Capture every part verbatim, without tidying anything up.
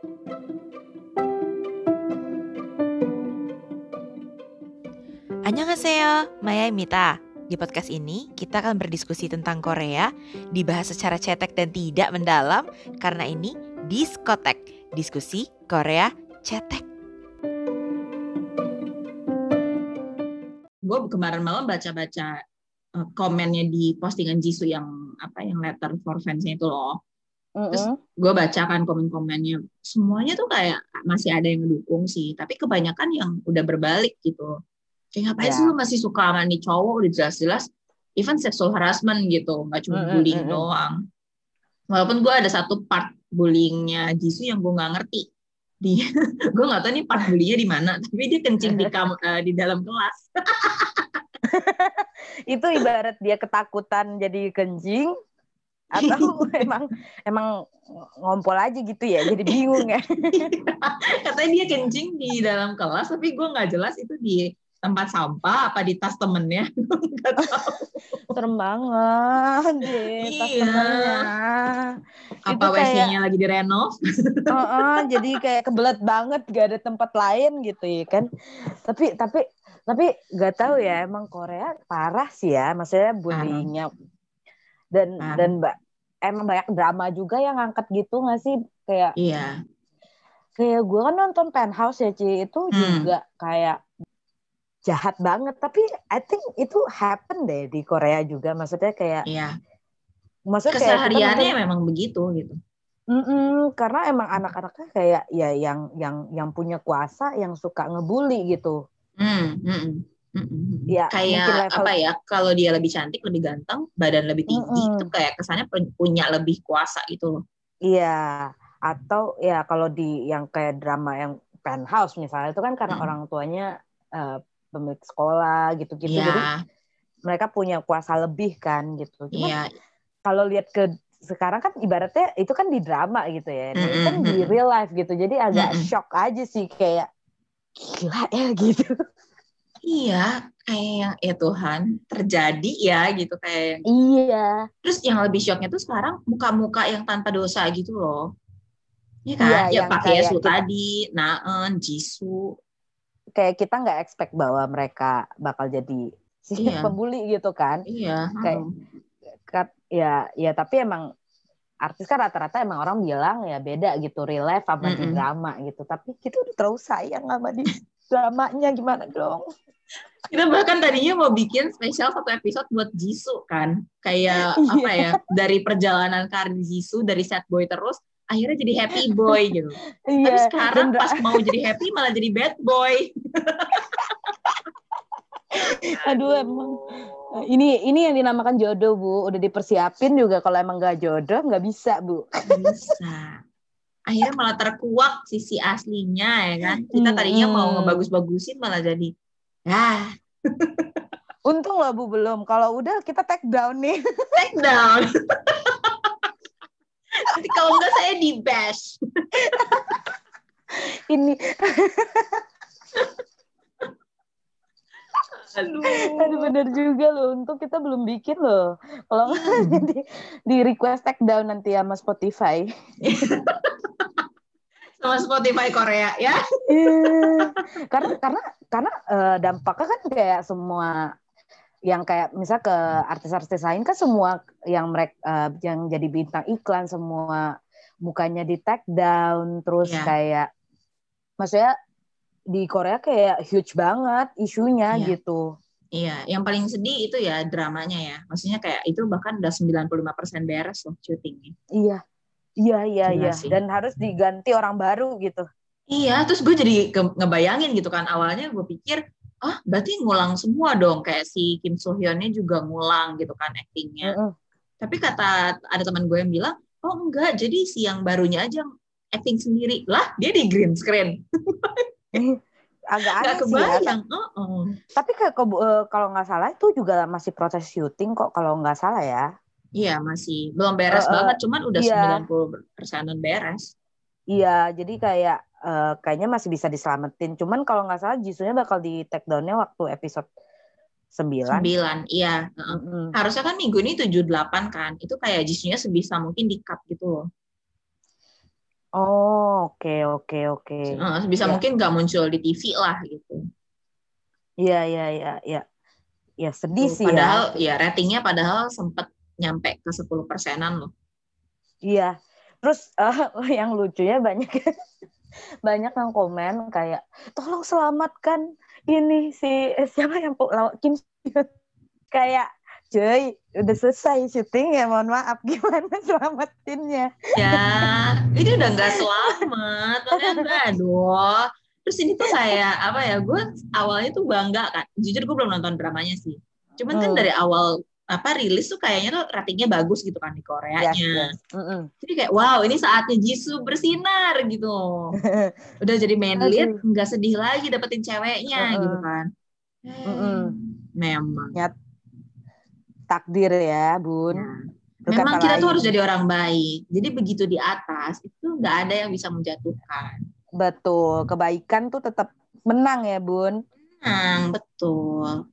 Annyeonghaseyo, Mayaimita. Di podcast ini, kita akan berdiskusi tentang Korea, dibahas secara cetek dan tidak mendalam, karena ini Diskotek, diskusi Korea cetek. Gue kemarin malam baca-baca uh, komennya di postingan Jisoo yang apa yang letter for fans-nya itu loh. Terus gue bacakan komen-komennya, semuanya tuh kayak masih ada yang mendukung sih, tapi kebanyakan yang udah berbalik gitu. Kayak ngapain yeah. sih lu masih suka sama nih cowok, udah jelas-jelas even sexual harassment gitu, nggak cuma mm-hmm. bullying doang. Walaupun gue ada satu part bullyingnya Jisoo yang gue nggak ngerti. Di, gue nggak tahu nih part bullyingnya di mana, tapi dia kencing di, kam, uh, di dalam kelas. Itu ibarat dia ketakutan jadi kencing, atau emang emang ngompol aja gitu ya, jadi bingung ya. Katanya dia kencing di dalam kelas, tapi gue nggak jelas itu di tempat sampah apa di tas temennya. Nggak tahu. Serem banget deh tas iya. temennya. Apa W C-nya lagi direnov? Uh-uh, jadi kayak kebelet banget, gak ada tempat lain gitu ya kan. Tapi tapi tapi nggak tahu ya, emang Korea parah sih ya, maksudnya bullyingnya. Dan parah. Dan mbak emang banyak drama juga yang ngangkat gitu nggak sih, kayak iya. Kayak gue kan nonton Penthouse ya Ci, itu hmm. juga kayak jahat banget, tapi I think itu happen deh di Korea juga, maksudnya kayak iya. Maksudnya kesehariannya kayak memang begitu gitu. Mm-mm, karena emang anak-anaknya kayak ya yang yang yang punya kuasa yang suka ngebully gitu. Hmm, mm-mm. Mm-mm. Ya, kayak level... apa ya, kalau dia lebih cantik, lebih ganteng, badan lebih tinggi, Mm-mm. itu kayak kesannya punya lebih kuasa gitu loh. Iya, atau ya kalau di yang kayak drama yang Penthouse misalnya, itu kan karena mm. orang tuanya uh, pemilik sekolah gitu-gitu, yeah. Jadi mereka punya kuasa lebih kan gitu. Cuma yeah. Kalau lihat ke sekarang kan ibaratnya itu kan di drama gitu ya, nah, mm-hmm. itu kan di real life gitu, jadi agak mm-hmm. shock aja sih, kayak gila ya gitu. Iya, kayak ya Tuhan terjadi ya gitu kayak. Iya. Terus yang lebih shocknya tuh sekarang muka-muka yang tanpa dosa gitu loh. Iya kan? Iya, ya pakai Yesu tadi, Naeun, Jisoo. Kayak kita nggak expect bahwa mereka bakal jadi si iya. pembuli gitu kan? Iya. Kayak kat, ya ya tapi emang artis kan rata-rata emang orang bilang ya beda gitu, real life sama mm-hmm. di drama gitu. Tapi kita udah terlalu sayang sama di dramanya, gimana dong? Kita bahkan tadinya mau bikin spesial satu episode buat Jisoo kan, kayak apa ya, dari perjalanan karir Jisoo dari sad boy terus akhirnya jadi happy boy gitu. Iya. Tapi sekarang Dan, pas mau jadi happy malah jadi bad boy. Aduh, emang ini ini yang dinamakan jodoh, Bu. Udah dipersiapin juga, kalau emang nggak jodoh nggak bisa, Bu. Bisa. Akhirnya malah terkuak sisi aslinya ya kan. Kita tadinya hmm. mau ngebagus-bagusin malah jadi ah. Untung lah Bu belum. Kalau udah kita take down nih. Take down. Nanti kalau enggak saya di bash. Ini Aduh. Aduh, bener juga loh. Untung kita belum bikin loh. Kalau nggak di, di request take down nanti sama Spotify. Sama Spotify Korea ya. Yeah. Karena karena karena uh, dampaknya kan kayak semua yang kayak misal ke artis-artis lain kan semua yang mereka uh, yang jadi bintang iklan semua mukanya di take down terus yeah. kayak maksudnya di Korea kayak huge banget isunya yeah. gitu. Iya, yang paling sedih itu ya dramanya ya. Maksudnya kayak itu bahkan udah sembilan puluh lima persen beres loh syutingnya. Iya. Iya, iya, iya. Dan harus diganti orang baru gitu. Iya, terus gue jadi ke- ngebayangin gitu kan. Awalnya gue pikir, ah berarti ngulang semua dong. Kayak si Kim So Hyunnya juga ngulang gitu kan actingnya. Mm-hmm. Tapi kata ada teman gue yang bilang, oh enggak, jadi si yang barunya aja acting sendiri. Lah, dia di green screen. Agak aneh sih ya. Uh-uh. Tapi kalau nggak salah itu juga masih proses syuting kok, kalau nggak salah ya. Iya, masih belum beres uh, banget, cuman udah iya. sembilan puluh persenan beres. Iya, jadi kayak uh, kayaknya masih bisa diselamatin. Cuman kalau nggak salah Jisoo-nya bakal di take down-nya waktu episode sembilan. sembilan, iya. Uh-uh. Mm-hmm. Harusnya kan minggu ini tujuh delapan kan. Itu kayak Jisoo-nya sebisa mungkin di-cut gitu loh. Oh, Oke, oke, oke. Bisa ya. Mungkin nggak muncul di T V lah gitu. Iya, iya, iya, iya. Ya sedih Tuh, sih padahal, ya. ya ratingnya padahal sempat nyampe ke sepuluh persenan loh. Iya. Terus uh, yang lucunya banyak banyak yang komen kayak tolong selamatkan ini si eh, siapa yang Kim kayak cuy udah selesai syuting ya, mohon maaf, gimana selamatinnya? Ya ini udah nggak selamat makanya aduh. Terus ini tuh kayak apa ya, gue awalnya tuh bangga kan, jujur gue belum nonton dramanya sih, cuman hmm. kan dari awal apa rilis tuh kayaknya tuh ratingnya bagus gitu kan di Koreanya. Yes, yes. Mm-mm. Jadi kayak wow ini saatnya Jisoo bersinar gitu. Udah jadi main lead, nggak sedih lagi dapetin ceweknya uh-uh. gitu kan. Mm-mm. Memang. Ya, takdir ya bun. Ya. Memang kita lain. Tuh harus jadi orang baik. Jadi begitu di atas itu nggak ada yang bisa menjatuhkan. Betul, kebaikan tuh tetap menang ya bun. Menang, betul.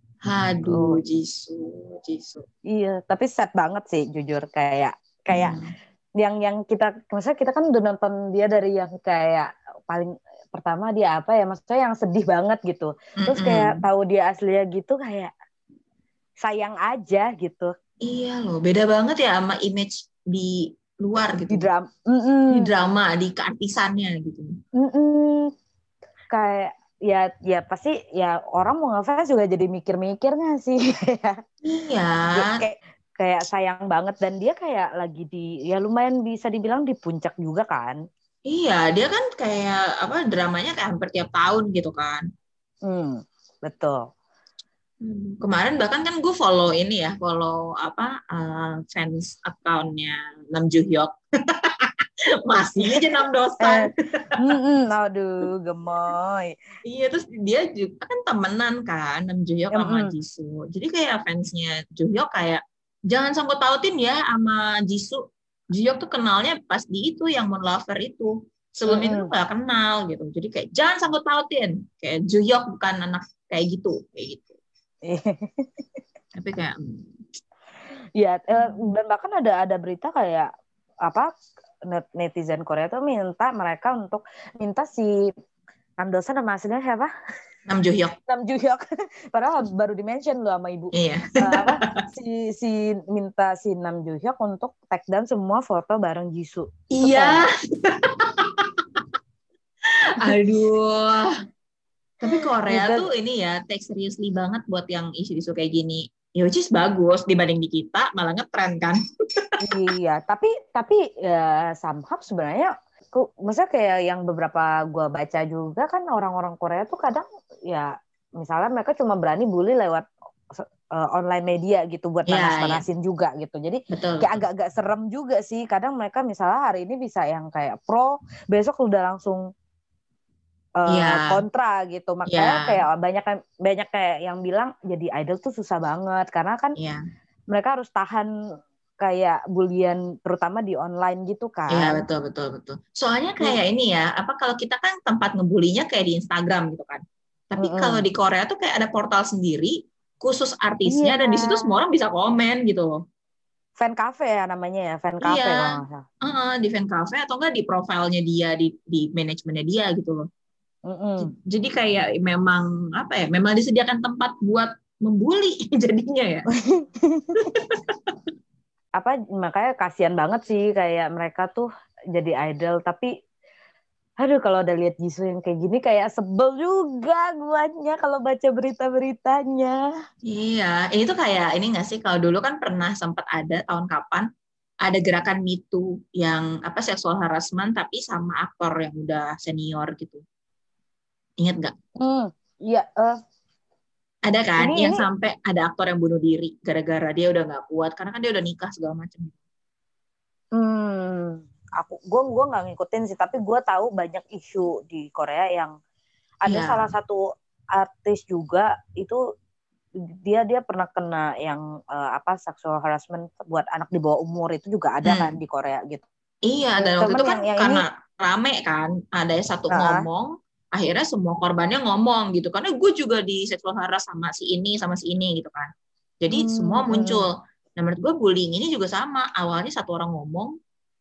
Aduh, Jisoo, Jisoo. Iya, tapi sad banget sih jujur kayak kayak hmm. yang yang kita maksudnya kita kan udah nonton dia dari yang kayak paling pertama dia apa ya, maksudnya yang sedih banget gitu. Terus kayak tahu dia aslinya gitu kayak sayang aja gitu. Iya loh, beda banget ya sama image di luar gitu. Di drama, mm-mm. di drama, di keartisannya gitu. Mm-mm. Kayak ya ya pasti ya orang mau ngefans juga jadi mikir-mikir nggak sih? Iya. kayak kayak sayang banget dan dia kayak lagi di ya lumayan bisa dibilang di puncak juga kan? Iya, dia kan kayak apa dramanya kayak hampir tiap tahun gitu kan? Hmm, betul. Kemarin bahkan kan gue follow ini ya, follow apa uh, fans account-nya Nam Joo Hyuk. Masih aja Nam Dosan. eh, aduh, gemoy. Iya, terus dia juga kan temenan kan, Nam Joo Hyuk sama mm-hmm. Jisoo. Jadi kayak fansnya Joo Hyuk kayak jangan sangkut pautin ya sama Jisoo. Joo Hyuk tuh kenalnya pas di itu yang Moon Lover itu. Sebelum mm-hmm. itu nggak kenal gitu. Jadi kayak jangan sangkut pautin. Kayak Joo Hyuk bukan anak kayak gitu, kayak gitu. Tapi kayak ya dan bahkan ada ada berita kayak apa netizen Korea tuh minta mereka untuk minta si Nam Dosan sama aslinya siapa? Nam Joo Hyuk. Nam Joo Hyuk. Padahal baru di-mention loh sama ibu. Iya. Uh, apa si si minta si Nam Joo Hyuk untuk tag down semua foto bareng Jisoo. Iya. Aduh. Tapi Korea Even, tuh ini ya take seriously banget buat yang isu-isu kayak gini. Ya which is bagus dibanding di kita malah ngetren kan. Iya, tapi tapi ya somehow sebenarnya aku maksudnya kayak yang beberapa gue baca juga kan orang-orang Korea tuh kadang ya misalnya mereka cuma berani bully lewat uh, online media gitu buat panas-panasin ya, ya. juga gitu. Jadi betul, kayak betul. agak-agak serem juga sih. Kadang mereka misalnya hari ini bisa yang kayak pro, besok udah langsung Uh, yeah. kontra gitu, makanya yeah. kayak banyak banyak kayak yang bilang jadi idol tuh susah banget karena kan yeah. mereka harus tahan kayak bulian terutama di online gitu kan. Iya yeah, betul betul betul. Soalnya kayak hmm. ini ya, apa kalau kita kan tempat ngebulinya kayak di Instagram gitu kan. Tapi mm-hmm. kalau di Korea tuh kayak ada portal sendiri khusus artisnya yeah. dan di situ semua orang bisa komen gitu loh. Fan cafe ya namanya ya, fan cafe yeah. kalau nggak salah. Uh-uh, di fan cafe atau enggak di profilnya dia di di manajemennya dia gitu loh. Mm-mm. Jadi kayak memang apa ya? Memang disediakan tempat buat membuli jadinya ya. Apa makanya kasihan banget sih kayak mereka tuh jadi idol tapi aduh kalau udah lihat Jisoo yang kayak gini kayak sebel juga guanya kalau baca berita-beritanya. Iya, ini tuh kayak ini nggak sih kalau dulu kan pernah sempat ada tahun kapan ada gerakan Me Too yang apa seksual harassment tapi sama aktor yang udah senior gitu. Ingat nggak? Hmm, iya. Uh, ada kan ini, yang ini... sampai ada aktor yang bunuh diri gara-gara dia udah nggak kuat karena kan dia udah nikah segala macam. Hmm, aku, gue gue nggak ngikutin sih, tapi gue tahu banyak isu di Korea yang ada yeah. salah satu artis juga itu dia dia pernah kena yang uh, apa sexual harassment buat anak di bawah umur itu juga ada hmm. kan di Korea gitu. Iya, dan waktu itu kan yang, yang karena ini... rame kan ada satu uh-huh. ngomong. Akhirnya semua korbannya ngomong gitu karena gue juga di seksual harass sama si ini sama si ini gitu kan jadi hmm, semua muncul. Nah menurut gue bullying ini juga sama, awalnya satu orang ngomong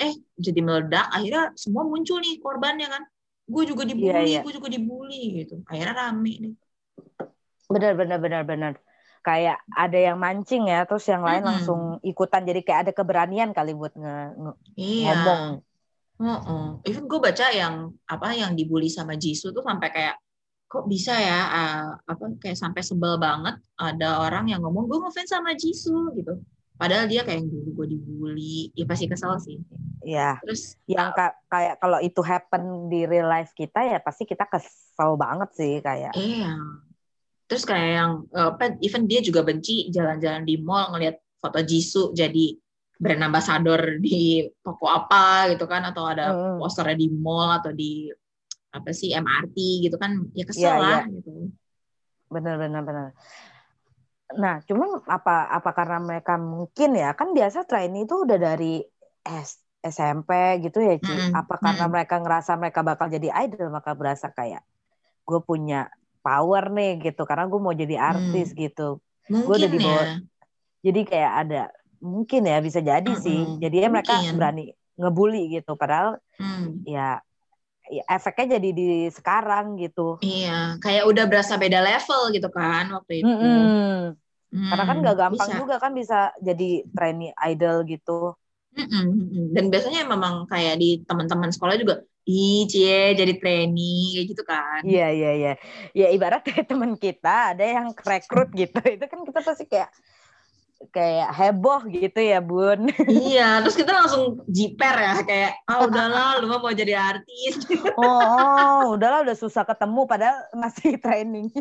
eh jadi meledak, akhirnya semua muncul nih korbannya kan, gue juga dibully, yeah, yeah. gue juga dibully gitu, akhirnya rame nih. Benar benar benar benar. Kayak ada yang mancing ya, terus yang lain mm-hmm. langsung ikutan, jadi kayak ada keberanian kali buat nge- nge- iya. ngomong. Uh-uh. Even gue baca yang apa yang dibully sama Jisoo tuh sampai kayak kok bisa ya, uh, apa kayak sampai sebel banget ada orang yang ngomong gue ngefans sama Jisoo gitu. Padahal dia kayak dulu gue dibully, ya pasti kesel sih. Iya. Terus yang uh, kayak kalau itu happen di real life kita ya pasti kita kesel banget sih kayak. Iya. Terus kayak yang uh, even dia juga benci jalan-jalan di mall ngelihat foto Jisoo jadi brand ambassador di toko apa gitu kan, atau ada mm. posternya di mall atau di apa sih M R T gitu kan, ya kesel yeah, lah yeah. gitu. Benar benar benar. Nah, cuman apa apa karena mereka mungkin ya kan biasa trainee itu udah dari S, S M P gitu ya, Ci. Mm-hmm. Apa karena mm-hmm. mereka ngerasa mereka bakal jadi idol maka berasa kayak gue punya power nih gitu karena gue mau jadi artis mm. gitu. Gue udah dibawa. Ya. Jadi kayak ada mungkin ya bisa jadi mm-hmm. sih. Jadinya mungkin. Mereka berani ngebully gitu padahal mm. ya Ya, efeknya jadi di sekarang gitu. Iya, kayak udah berasa beda level gitu kan waktu itu. Mm-hmm. Hmm, Karena kan gak gampang bisa. juga kan bisa jadi trainee idol gitu. Mm-mm. Dan biasanya memang kayak di teman-teman sekolah juga, ih cie jadi trainee kayak gitu kan. Iya iya iya. Ya ibarat teman kita ada yang rekrut gitu, itu kan kita pasti kayak kayak heboh gitu ya Bun. Iya, terus kita langsung jiper ya kayak ah udahlah lu mah mau jadi artis. oh, oh udahlah udah susah ketemu padahal masih training.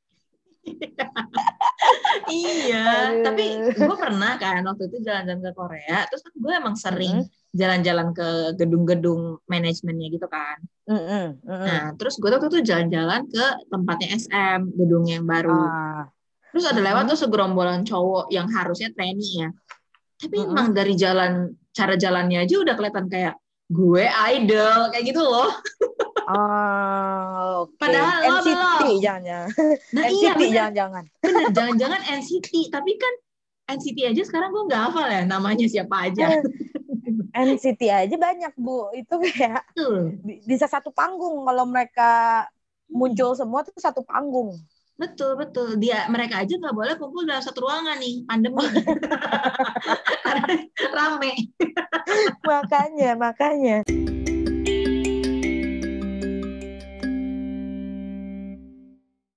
Iya, Aduh. Tapi gue pernah kan waktu itu jalan-jalan ke Korea, terus kan gue emang sering mm-hmm. jalan-jalan ke gedung-gedung manajemennya gitu kan. Mm-hmm. Mm-hmm. Nah, terus gue tuh tuh jalan-jalan ke tempatnya S M, gedung yang baru. Ah. Terus ada lewat mm-hmm. tuh segerombolan cowok yang harusnya trainee ya. Tapi mm-hmm. emang dari jalan cara jalannya aja udah kelihatan kayak gue idol kayak gitu loh. Oh, okay. Padahal N C T jangan-jangan. Nah, N C T iya, bener, jangan-jangan. Bener, jangan-jangan N C T. Tapi kan N C T aja sekarang gue nggak hafal ya namanya siapa aja. N C T aja banyak Bu. Itu kayak Betul. bisa satu panggung kalau mereka muncul semua tuh satu panggung. Betul betul. Dia mereka aja nggak boleh kumpul dalam satu ruangan nih pandemi. Karena rame. makanya makanya.